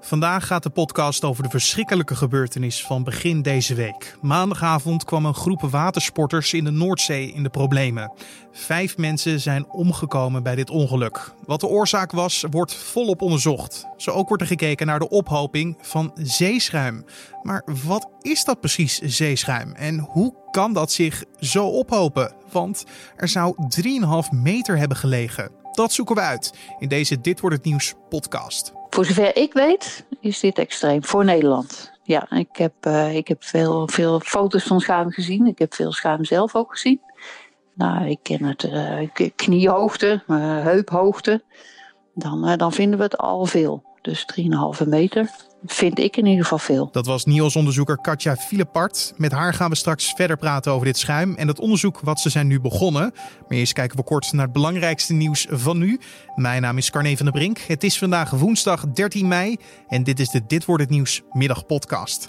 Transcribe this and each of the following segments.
Vandaag gaat de podcast over de verschrikkelijke gebeurtenis van begin deze week. Maandagavond kwam een groep watersporters in de Noordzee in de problemen. 5 mensen zijn omgekomen bij dit ongeluk. Wat de oorzaak was, wordt volop onderzocht. Zo ook wordt er gekeken naar de ophoping van zeeschuim. Maar wat is dat precies, zeeschuim? En hoe kan dat zich zo ophopen? Want er zou 3,5 meter hebben gelegen. Dat zoeken we uit in deze Dit Wordt Het Nieuws podcast. Voor zover ik weet is dit extreem voor Nederland. Ja, ik heb veel foto's van schuim gezien. Ik heb veel schuim zelf ook gezien. Nou, ik ken het kniehoogte, heuphoogte. Dan vinden we het al veel. Dus 3,5 meter vind ik in ieder geval veel. Dat was NIOS-onderzoeker Katja Philippart. Met haar gaan we straks verder praten over dit schuim en het onderzoek wat ze zijn nu begonnen. Maar eerst kijken we kort naar het belangrijkste nieuws van nu. Mijn naam is Carne van der Brink. Het is vandaag woensdag 13 mei en dit is de Dit Wordt Het Nieuws middagpodcast.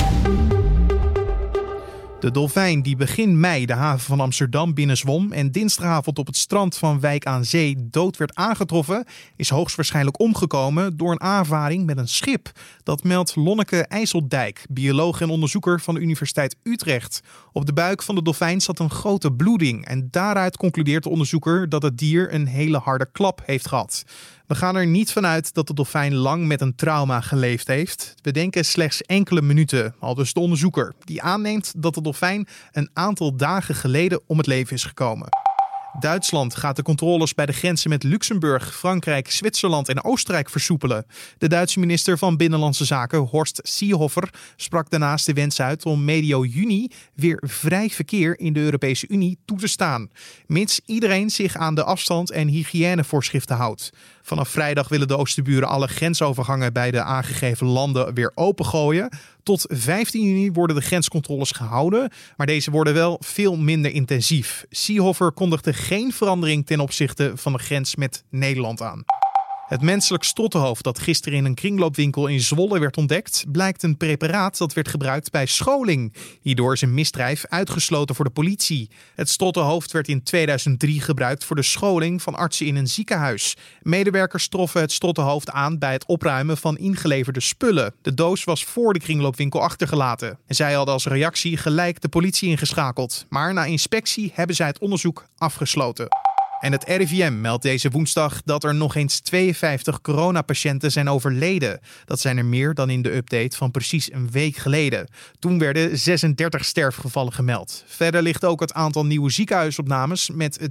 De dolfijn die begin mei de haven van Amsterdam binnenzwom en dinsdagavond op het strand van Wijk aan Zee dood werd aangetroffen, is hoogstwaarschijnlijk omgekomen door een aanvaring met een schip. Dat meldt Lonneke IJsseldijk, bioloog en onderzoeker van de Universiteit Utrecht. Op de buik van de dolfijn zat een grote bloeding en daaruit concludeert de onderzoeker dat het dier een hele harde klap heeft gehad. We gaan er niet vanuit dat de dolfijn lang met een trauma geleefd heeft. We denken slechts enkele minuten, aldus de onderzoeker, die aanneemt dat de dolfijn een aantal dagen geleden om het leven is gekomen. Duitsland gaat de controles bij de grenzen met Luxemburg, Frankrijk, Zwitserland en Oostenrijk versoepelen. De Duitse minister van Binnenlandse Zaken, Horst Seehofer, sprak daarnaast de wens uit om medio juni weer vrij verkeer in de Europese Unie toe te staan, mits iedereen zich aan de afstand- en hygiënevoorschriften houdt. Vanaf vrijdag willen de Oosterburen alle grensovergangen bij de aangegeven landen weer opengooien. Tot 15 juni worden de grenscontroles gehouden, maar deze worden wel veel minder intensief. Seehofer kondigde geen verandering ten opzichte van de grens met Nederland aan. Het menselijk strottenhoofd dat gisteren in een kringloopwinkel in Zwolle werd ontdekt, blijkt een preparaat dat werd gebruikt bij scholing. Hierdoor is een misdrijf uitgesloten voor de politie. Het strottenhoofd werd in 2003 gebruikt voor de scholing van artsen in een ziekenhuis. Medewerkers troffen het strottenhoofd aan bij het opruimen van ingeleverde spullen. De doos was voor de kringloopwinkel achtergelaten. En zij hadden als reactie gelijk de politie ingeschakeld. Maar na inspectie hebben zij het onderzoek afgesloten. En het RIVM meldt deze woensdag dat er nog eens 52 coronapatiënten zijn overleden. Dat zijn er meer dan in de update van precies een week geleden. Toen werden 36 sterfgevallen gemeld. Verder ligt ook het aantal nieuwe ziekenhuisopnames met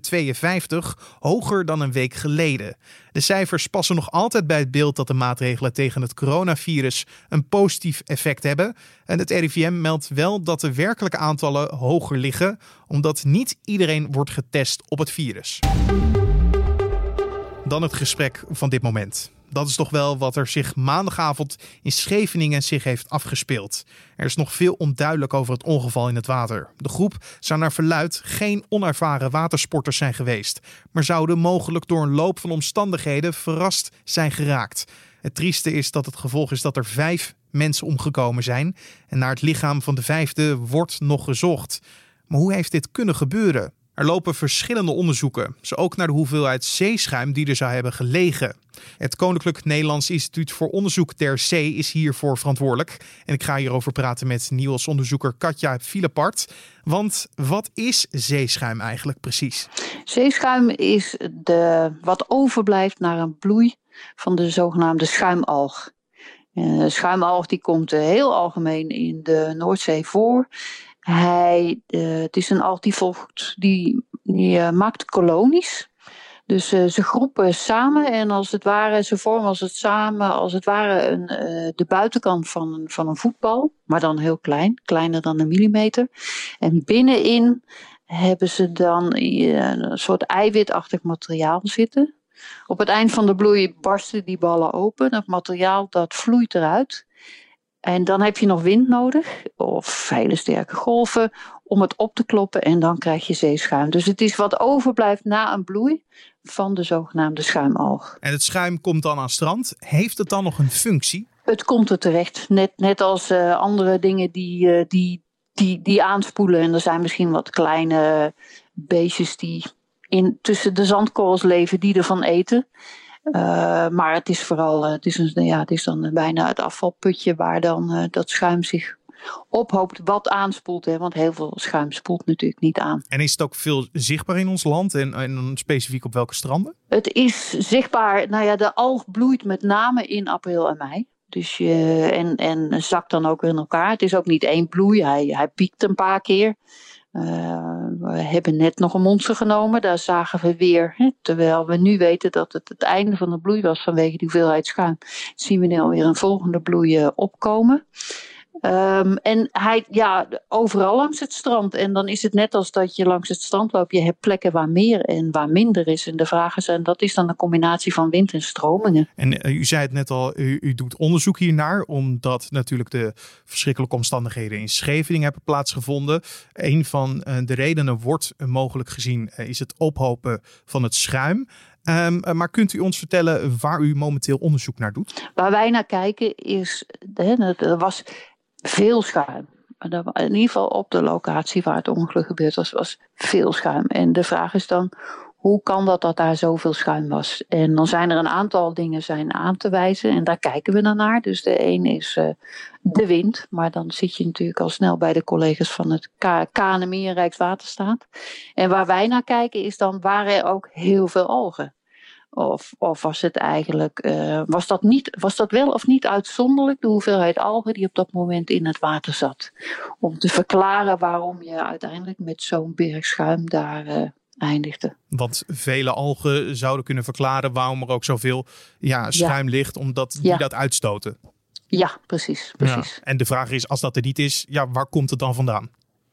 52 hoger dan een week geleden. De cijfers passen nog altijd bij het beeld dat de maatregelen tegen het coronavirus een positief effect hebben. En het RIVM meldt wel dat de werkelijke aantallen hoger liggen, omdat niet iedereen wordt getest op het virus. Dan het gesprek van dit moment. Dat is toch wel wat er zich maandagavond in Scheveningen zich heeft afgespeeld. Er is nog veel onduidelijk over het ongeval in het water. De groep zou naar verluidt geen onervaren watersporters zijn geweest, maar zouden mogelijk door een loop van omstandigheden verrast zijn geraakt. Het trieste is dat het gevolg is dat er 5 mensen omgekomen zijn en naar het lichaam van de 5e wordt nog gezocht. Maar hoe heeft dit kunnen gebeuren? Er lopen verschillende onderzoeken, zo ook naar de hoeveelheid zeeschuim die er zou hebben gelegen. Het Koninklijk Nederlands Instituut voor Onderzoek ter Zee is hiervoor verantwoordelijk. En ik ga hierover praten met NIOS-onderzoeker Katja Philippart. Want wat is zeeschuim eigenlijk precies? Zeeschuim is wat overblijft na een bloei van de zogenaamde schuimalg. Schuimalg die komt heel algemeen in de Noordzee voor. Het is een alg die maakt kolonies. Dus ze groepen samen en ze vormen als het ware de buitenkant van een voetbal. Maar dan heel klein, kleiner dan een millimeter. En binnenin hebben ze dan een soort eiwitachtig materiaal zitten. Op het eind van de bloei barsten die ballen open. Dat materiaal dat vloeit eruit. En dan heb je nog wind nodig, of hele sterke golven, om het op te kloppen en dan krijg je zeeschuim. Dus het is wat overblijft na een bloei van de zogenaamde schuimalg. En het schuim komt dan aan strand. Heeft het dan nog een functie? Het komt er terecht, net als andere dingen die aanspoelen. En er zijn misschien wat kleine beestjes die tussen de zandkorrels leven die ervan eten. Maar het is vooral, het is dan bijna het afvalputje waar dan dat schuim zich ophoopt, wat aanspoelt. Hè? Want heel veel schuim spoelt natuurlijk niet aan. En is het ook veel zichtbaar in ons land en dan specifiek op welke stranden? Het is zichtbaar, de alg bloeit met name in april en mei. Dus en zakt dan ook weer in elkaar. Het is ook niet één bloei, hij piekt een paar keer. We hebben net nog een monster genomen. Daar zagen we weer, terwijl we nu weten dat het einde van de bloei was vanwege die hoeveelheid schuim, zien we nu alweer een volgende bloei opkomen. En overal langs het strand. En dan is het net als dat je langs het strand loopt. Je hebt plekken waar meer en waar minder is. En de vraag is, en dat is dan een combinatie van wind en stromingen. En u zei het net al, u doet onderzoek hiernaar, omdat natuurlijk de verschrikkelijke omstandigheden in Scheveningen hebben plaatsgevonden. Een van de redenen wordt mogelijk gezien is het ophopen van het schuim. Maar kunt u ons vertellen waar u momenteel onderzoek naar doet? Waar wij naar kijken is, er was veel schuim. In ieder geval op de locatie waar het ongeluk gebeurd was veel schuim. En de vraag is dan, hoe kan dat daar zoveel schuim was? En dan zijn er een aantal dingen aan te wijzen en daar kijken we dan naar. Dus de een is de wind, maar dan zit je natuurlijk al snel bij de collega's van het KNMI en Rijkswaterstaat. En waar wij naar kijken is dan, waren er ook heel veel algen? Of was het eigenlijk, was dat wel of niet uitzonderlijk, de hoeveelheid algen die op dat moment in het water zat? Om te verklaren waarom je uiteindelijk met zo'n berg schuim daar eindigde. Want vele algen zouden kunnen verklaren waarom er ook zoveel schuim ligt, omdat die dat uitstoten. Ja, precies. Ja. En de vraag is, als dat er niet is, waar komt het dan vandaan?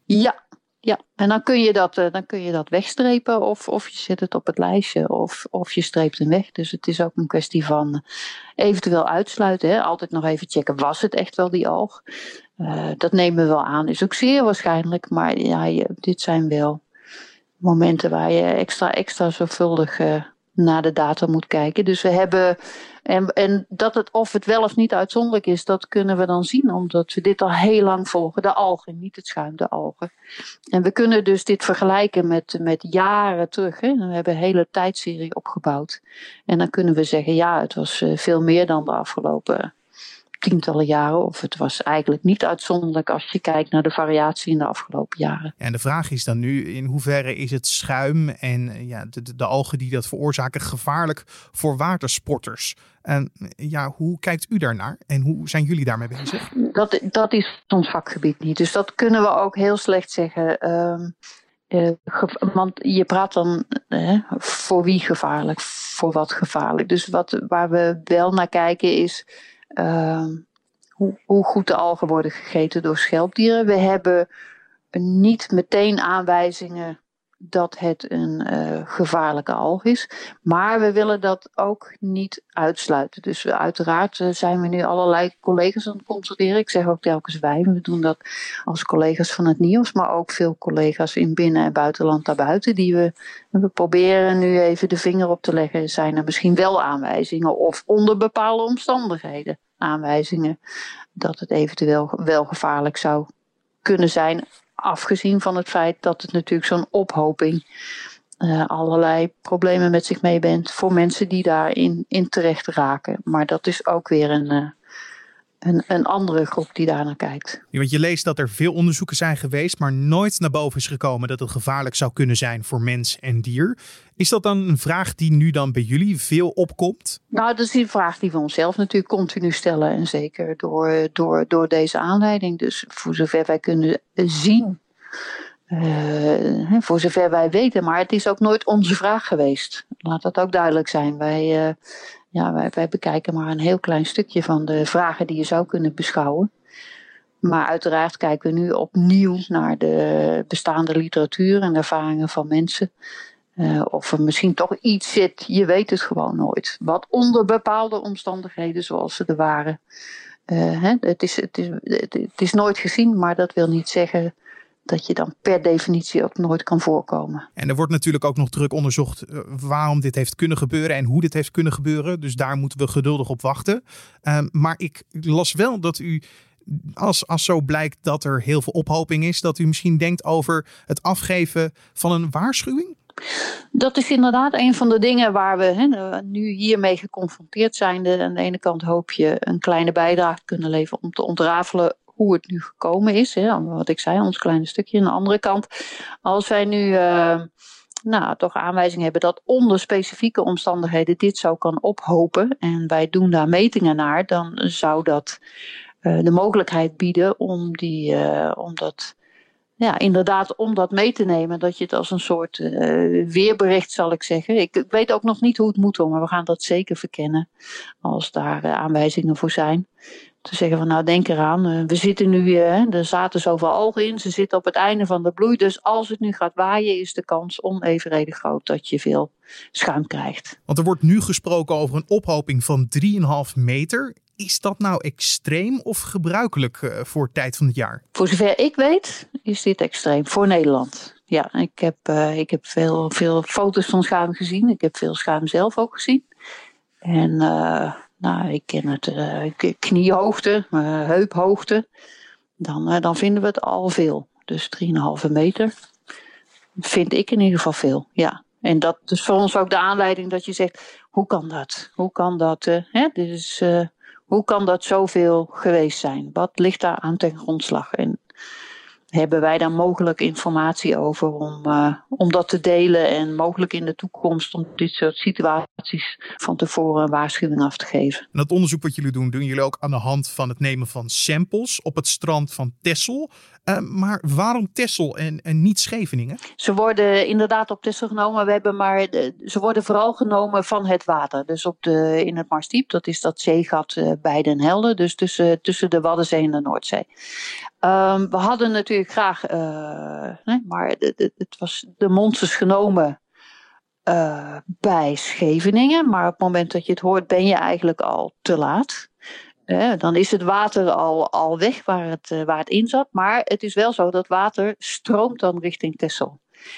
Ja, en dan kun je dat wegstrepen of je zet het op het lijstje of je streept hem weg. Dus het is ook een kwestie van eventueel uitsluiten. Hè. Altijd nog even checken, was het echt wel die alg? Dat nemen we wel aan, is ook zeer waarschijnlijk. Maar dit zijn wel momenten waar je extra zorgvuldig naar de data moet kijken. Dus we hebben, en dat of het wel of niet uitzonderlijk is, dat kunnen we dan zien, omdat we dit al heel lang volgen. De algen, niet het schuim, de algen. En we kunnen dus dit vergelijken met jaren terug. Hè. We hebben een hele tijdserie opgebouwd. En dan kunnen we zeggen, het was veel meer dan de afgelopen tientallen jaren. Of het was eigenlijk niet uitzonderlijk als je kijkt naar de variatie in de afgelopen jaren. En de vraag is dan nu, in hoeverre is het schuim en de algen die dat veroorzaken gevaarlijk voor watersporters? En hoe kijkt u daarnaar en hoe zijn jullie daarmee bezig? Dat is ons vakgebied niet. Dus dat kunnen we ook heel slecht zeggen. Want je praat dan voor wie gevaarlijk, voor wat gevaarlijk. Dus waar we wel naar kijken is hoe goed de algen worden gegeten door schelpdieren. We hebben niet meteen aanwijzingen dat het een gevaarlijke alg is. Maar we willen dat ook niet uitsluiten. Dus uiteraard zijn we nu allerlei collega's aan het consulteren. Ik zeg ook telkens wij. We doen dat als collega's van het NIOS. Maar ook veel collega's in binnen- en buitenland daarbuiten. We proberen nu even de vinger op te leggen. Zijn er misschien wel aanwijzingen of onder bepaalde omstandigheden aanwijzingen dat het eventueel wel gevaarlijk zou kunnen zijn. Afgezien van het feit dat het natuurlijk zo'n ophoping allerlei problemen met zich meebrengt voor mensen die daarin terecht raken. Maar dat is ook weer een andere groep die daar naar kijkt. Ja, want je leest dat er veel onderzoeken zijn geweest, maar nooit naar boven is gekomen dat het gevaarlijk zou kunnen zijn voor mens en dier. Is dat dan een vraag die nu dan bij jullie veel opkomt? Nou, dat is een vraag die we onszelf natuurlijk continu stellen. En zeker door deze aanleiding. Dus voor zover wij kunnen zien, voor zover wij weten. Maar het is ook nooit onze vraag geweest. Laat dat ook duidelijk zijn. Wij bekijken maar een heel klein stukje van de vragen die je zou kunnen beschouwen. Maar uiteraard kijken we nu opnieuw naar de bestaande literatuur en de ervaringen van mensen. Of er misschien toch iets zit, je weet het gewoon nooit. Wat onder bepaalde omstandigheden zoals ze er waren. Het is nooit gezien, maar dat wil niet zeggen dat je dan per definitie ook nooit kan voorkomen. En er wordt natuurlijk ook nog druk onderzocht waarom dit heeft kunnen gebeuren en hoe dit heeft kunnen gebeuren. Dus daar moeten we geduldig op wachten. Maar ik las wel dat u, als zo blijkt dat er heel veel ophoping is, dat u misschien denkt over het afgeven van een waarschuwing? Dat is inderdaad een van de dingen waar we nu hiermee geconfronteerd zijn. Aan de ene kant hoop je een kleine bijdrage te kunnen leveren om te ontrafelen hoe het nu gekomen is. Wat ik zei, ons kleine stukje. Aan de andere kant, als wij nu toch aanwijzingen hebben dat onder specifieke omstandigheden dit zo kan ophopen en wij doen daar metingen naar, dan zou dat de mogelijkheid bieden om dat mee te nemen. Dat je het als een soort weerbericht, zal ik zeggen. Ik weet ook nog niet hoe het moet, maar we gaan dat zeker verkennen als daar aanwijzingen voor zijn. Te zeggen van denk eraan, we zitten nu, er zaten zoveel algen in, ze zitten op het einde van de bloei. Dus als het nu gaat waaien, is de kans onevenredig groot dat je veel schuim krijgt. Want er wordt nu gesproken over een ophoping van 3,5 meter. Is dat nou extreem of gebruikelijk voor tijd van het jaar? Voor zover ik weet, is dit extreem voor Nederland. Ja, ik heb veel foto's van schuim gezien. Ik heb veel schuim zelf ook gezien. En ik ken het kniehoogte, heuphoogte. Dan vinden we het al veel. Dus 3,5 meter vind ik in ieder geval veel, ja. En dat is voor ons ook de aanleiding dat je zegt, hoe kan dat? Hoe kan dat zoveel geweest zijn? Wat ligt daar aan ten grondslag? En hebben wij daar mogelijk informatie over om dat te delen en mogelijk in de toekomst om dit soort situaties van tevoren een waarschuwing af te geven? En dat onderzoek wat jullie doen jullie ook aan de hand van het nemen van samples op het strand van Texel. Maar waarom Texel en niet Scheveningen? Ze worden inderdaad op Texel genomen. Ze worden vooral genomen van het water. Dus in het Marsdiep, dat is dat zeegat bij Den Helder. Dus tussen de Waddenzee en de Noordzee. We hadden natuurlijk graag, maar het was de monsters genomen bij Scheveningen. Maar op het moment dat je het hoort, ben je eigenlijk al te laat. Dan is het water al weg waar het in zat. Maar het is wel zo dat water stroomt dan richting Texel.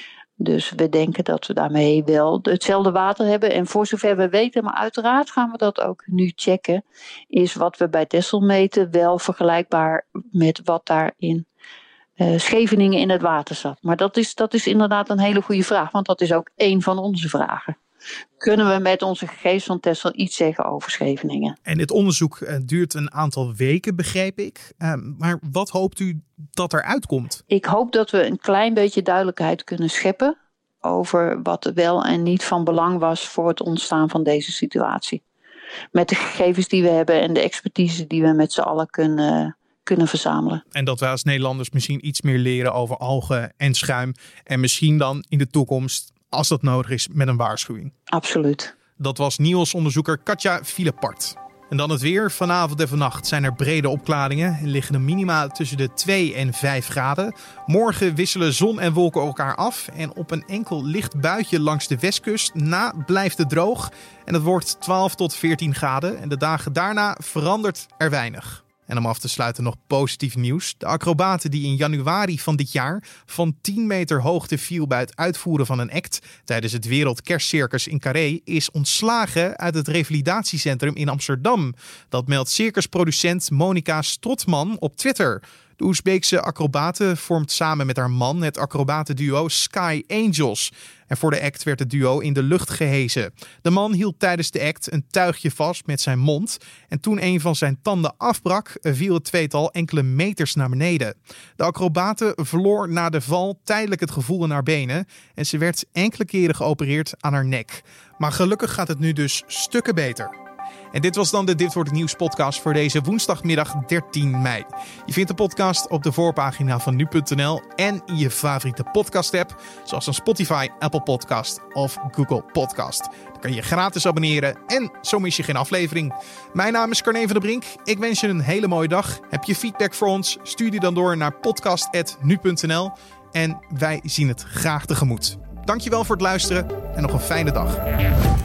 Dus we denken dat we daarmee wel hetzelfde water hebben. En voor zover we weten, maar uiteraard gaan we dat ook nu checken, is wat we bij Texel meten wel vergelijkbaar met wat daar in Scheveningen in het water zat. Maar dat is inderdaad een hele goede vraag, want dat is ook één van onze vragen. Kunnen we met onze gegevens van Texel iets zeggen over Scheveningen? En dit onderzoek duurt een aantal weken, begreep ik. Maar wat hoopt u dat er uitkomt? Ik hoop dat we een klein beetje duidelijkheid kunnen scheppen over wat wel en niet van belang was voor het ontstaan van deze situatie. Met de gegevens die we hebben en de expertise die we met z'n allen kunnen verzamelen. En dat wij als Nederlanders misschien iets meer leren over algen en schuim. En misschien dan in de toekomst, als dat nodig is, met een waarschuwing. Absoluut. Dat was NIOS-onderzoeker Katja Philippart. En dan het weer. Vanavond en vannacht zijn er brede opklaringen. Er liggen de minima tussen de 2 en 5 graden. Morgen wisselen zon en wolken elkaar af. En op een enkel licht buitje langs de westkust blijft het droog. En het wordt 12 tot 14 graden. En de dagen daarna verandert er weinig. En om af te sluiten nog positief nieuws. De acrobaat die in januari van dit jaar van 10 meter hoogte viel bij het uitvoeren van een act tijdens het Wereldkerstcircus in Carré is ontslagen uit het revalidatiecentrum in Amsterdam. Dat meldt circusproducent Monica Strotman op Twitter. De Oezbeekse acrobate vormt samen met haar man het acrobatenduo Sky Angels. En voor de act werd het duo in de lucht gehezen. De man hield tijdens de act een tuigje vast met zijn mond. En toen een van zijn tanden afbrak, viel het tweetal enkele meters naar beneden. De acrobate verloor na de val tijdelijk het gevoel in haar benen. En ze werd enkele keren geopereerd aan haar nek. Maar gelukkig gaat het nu dus stukken beter. En dit was dan de Dit Wordt Het Nieuws podcast voor deze woensdagmiddag 13 mei. Je vindt de podcast op de voorpagina van nu.nl en in je favoriete podcast app, zoals een Spotify, Apple Podcast of Google Podcast. Dan kan je gratis abonneren en zo mis je geen aflevering. Mijn naam is Carne van der Brink. Ik wens je een hele mooie dag. Heb je feedback voor ons? Stuur die dan door naar podcast@nu.nl en wij zien het graag tegemoet. Dankjewel voor het luisteren en nog een fijne dag.